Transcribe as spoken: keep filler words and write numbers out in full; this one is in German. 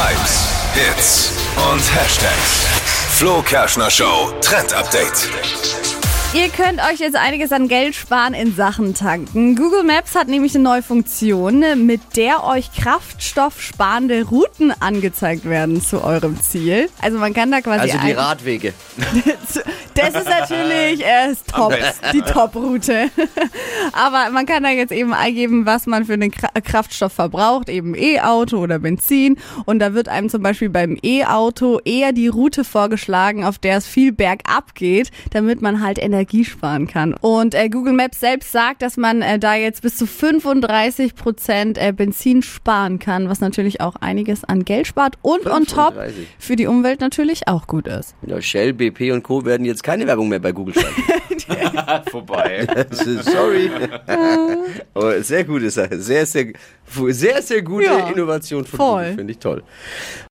Hypes, Hits und Hashtags. Flo Kerschner Show Trend Update. Ihr könnt euch jetzt einiges an Geld sparen in Sachen Tanken. Google Maps hat nämlich eine neue Funktion, mit der euch kraftstoffsparende Routen angezeigt werden zu eurem Ziel. Also man kann da quasi... Also die ein- Radwege. Das ist natürlich äh, ist top, die Top-Route. Aber man kann da jetzt eben eingeben, was man für den Kra- Kraftstoff verbraucht, eben E-Auto oder Benzin. Und da wird einem zum Beispiel beim E-Auto eher die Route vorgeschlagen, auf der es viel bergab geht, damit man halt Energie sparen kann. Und äh, Google Maps selbst sagt, dass man äh, da jetzt bis zu fünfunddreißig Prozent äh, Benzin sparen kann, was natürlich auch einiges an Geld spart und on top fünfunddreißig. für die Umwelt natürlich auch gut ist. Ja, Shell, B P und Co. werden jetzt keine Werbung mehr bei Google schalten. Vorbei. Sorry. Aber sehr gute Sache. Sehr, sehr, sehr, sehr gute Ja, Innovation von voll. Google. Finde ich toll.